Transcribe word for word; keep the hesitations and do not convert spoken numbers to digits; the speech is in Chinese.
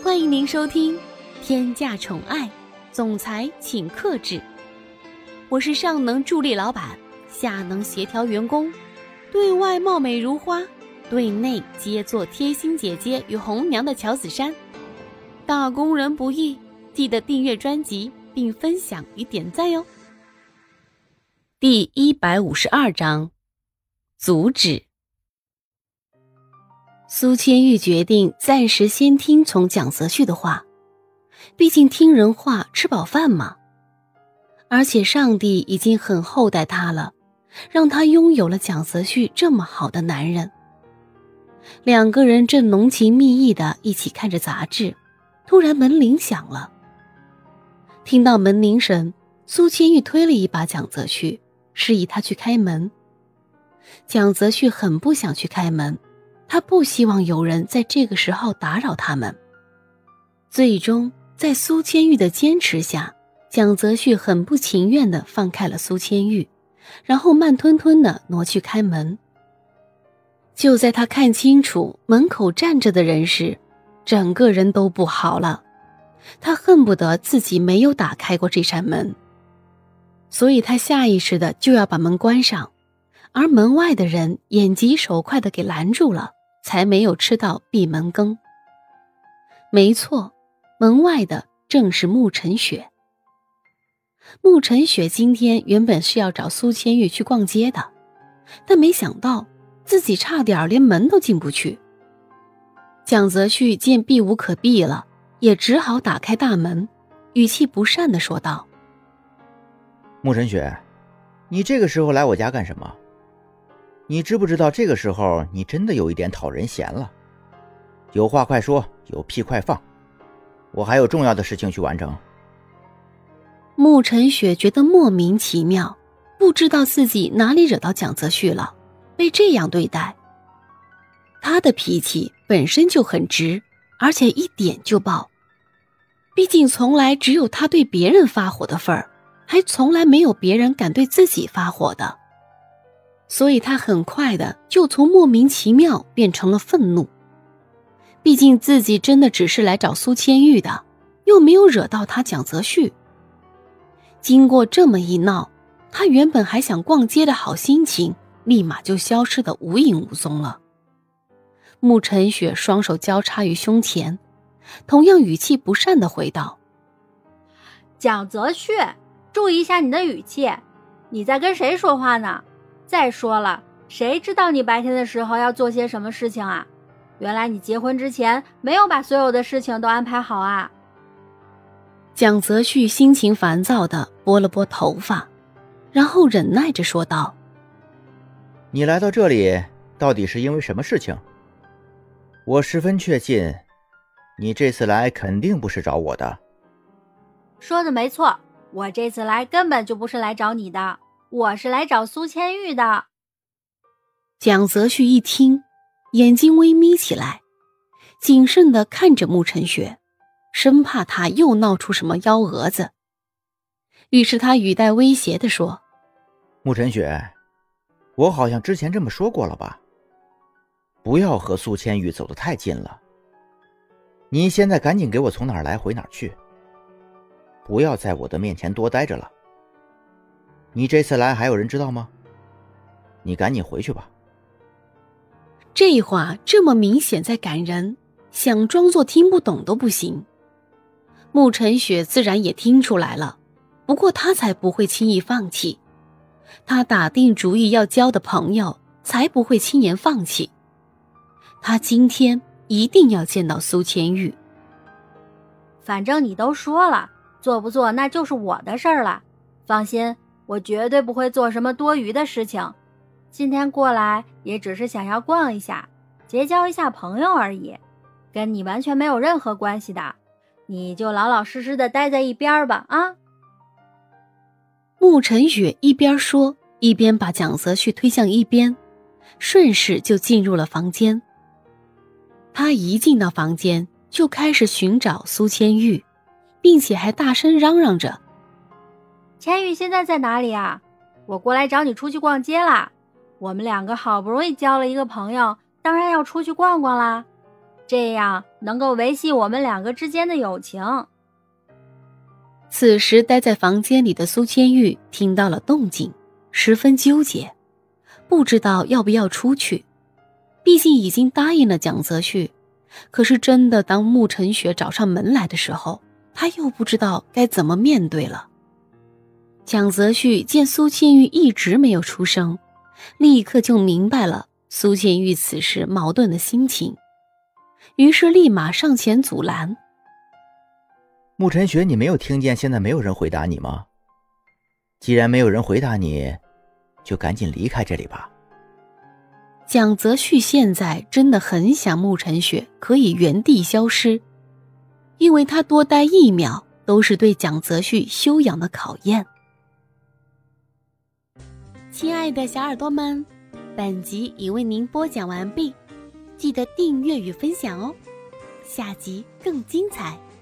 欢迎您收听《天价宠爱总裁请克制》，我是上能助力老板，下能协调员工，对外貌美如花，对内皆做贴心姐姐与红娘的乔子珊。打工人不易，记得订阅专辑并分享与点赞哟。第一百五十二章，阻止。苏千玉决定暂时先听从蒋泽旭的话，毕竟听人话吃饱饭嘛。而且上帝已经很厚待他了，让他拥有了蒋泽旭这么好的男人。两个人正浓情蜜意的一起看着杂志，突然门铃响了。听到门铃声，苏千玉推了一把蒋泽旭，示意他去开门。蒋泽旭很不想去开门，他不希望有人在这个时候打扰他们。最终在苏千玉的坚持下，蒋泽旭很不情愿地放开了苏千玉，然后慢吞吞地挪去开门。就在他看清楚门口站着的人时，整个人都不好了。他恨不得自己没有打开过这扇门，所以他下意识的就要把门关上，而门外的人眼疾手快的给拦住了，才没有吃到闭门羹。没错，门外的正是慕晨雪。慕晨雪今天原本是要找苏千玉去逛街的，但没想到自己差点连门都进不去。蒋泽旭见避无可避了，也只好打开大门，语气不善地说道： 慕晨雪，你这个时候来我家干什么？你知不知道这个时候你真的有一点讨人嫌了？有话快说，有屁快放，我还有重要的事情去完成。 慕晨雪觉得莫名其妙，不知道自己哪里惹到蒋泽旭了，被这样对待。他的脾气本身就很直，而且一点就爆。毕竟从来只有他对别人发火的份儿，还从来没有别人敢对自己发火的。所以他很快的就从莫名其妙变成了愤怒。毕竟自己真的只是来找苏千玉的，又没有惹到他蒋泽旭。经过这么一闹，他原本还想逛街的好心情立马就消失得无影无踪了。慕晨雪双手交叉于胸前，同样语气不善地回道： 蒋泽旭，注意一下你的语气，你在跟谁说话呢？再说了，谁知道你白天的时候要做些什么事情啊？原来你结婚之前没有把所有的事情都安排好啊。 蒋泽旭心情烦躁地拨了拨头发，然后忍耐着说道： 你来到这里到底是因为什么事情？我十分确信你这次来肯定不是找我的。 说的没错，我这次来根本就不是来找你的，我是来找苏千玉的。 蒋泽旭一听，眼睛微眯起来，谨慎地看着慕晨雪，生怕他又闹出什么幺蛾子。于是他语带威胁地说： 慕晨雪，我好像之前这么说过了吧？不要和苏千玉走得太近了。你现在赶紧给我从哪儿来回哪儿去，不要在我的面前多待着了。你这次来还有人知道吗？你赶紧回去吧。 这话这么明显在赶人，想装作听不懂都不行。慕晨雪自然也听出来了，不过他才不会轻易放弃。他打定主意要交的朋友，才不会轻言放弃。他今天一定要见到苏千玉。 反正你都说了，做不做那就是我的事儿了。放心，我绝对不会做什么多余的事情。今天过来也只是想要逛一下，结交一下朋友而已，跟你完全没有任何关系的。你就老老实实的待在一边吧啊！ 慕晨雪一边说，一边把蒋泽旭推向一边，顺势就进入了房间。他一进到房间，就开始寻找苏千玉，并且还大声嚷嚷着： 千玉现在在哪里啊？我过来找你出去逛街啦！我们两个好不容易交了一个朋友，当然要出去逛逛啦。 这样能够维系我们两个之间的友情。 此时待在房间里的苏千玉听到了动静，十分纠结，不知道要不要出去。毕竟已经答应了蒋泽旭，可是真的当慕晨雪找上门来的时候，他又不知道该怎么面对了。蒋泽旭见苏千玉一直没有出声，立刻就明白了苏千玉此时矛盾的心情，于是立马上前阻拦。 慕晨雪，你没有听见现在没有人回答你吗？既然没有人回答你，就赶紧离开这里吧。 蒋泽旭现在真的很想慕晨雪可以原地消失，因为他多待一秒都是对蒋泽旭修养的考验。亲爱的小耳朵们，本集已为您播讲完毕，记得订阅与分享哦，下集更精彩。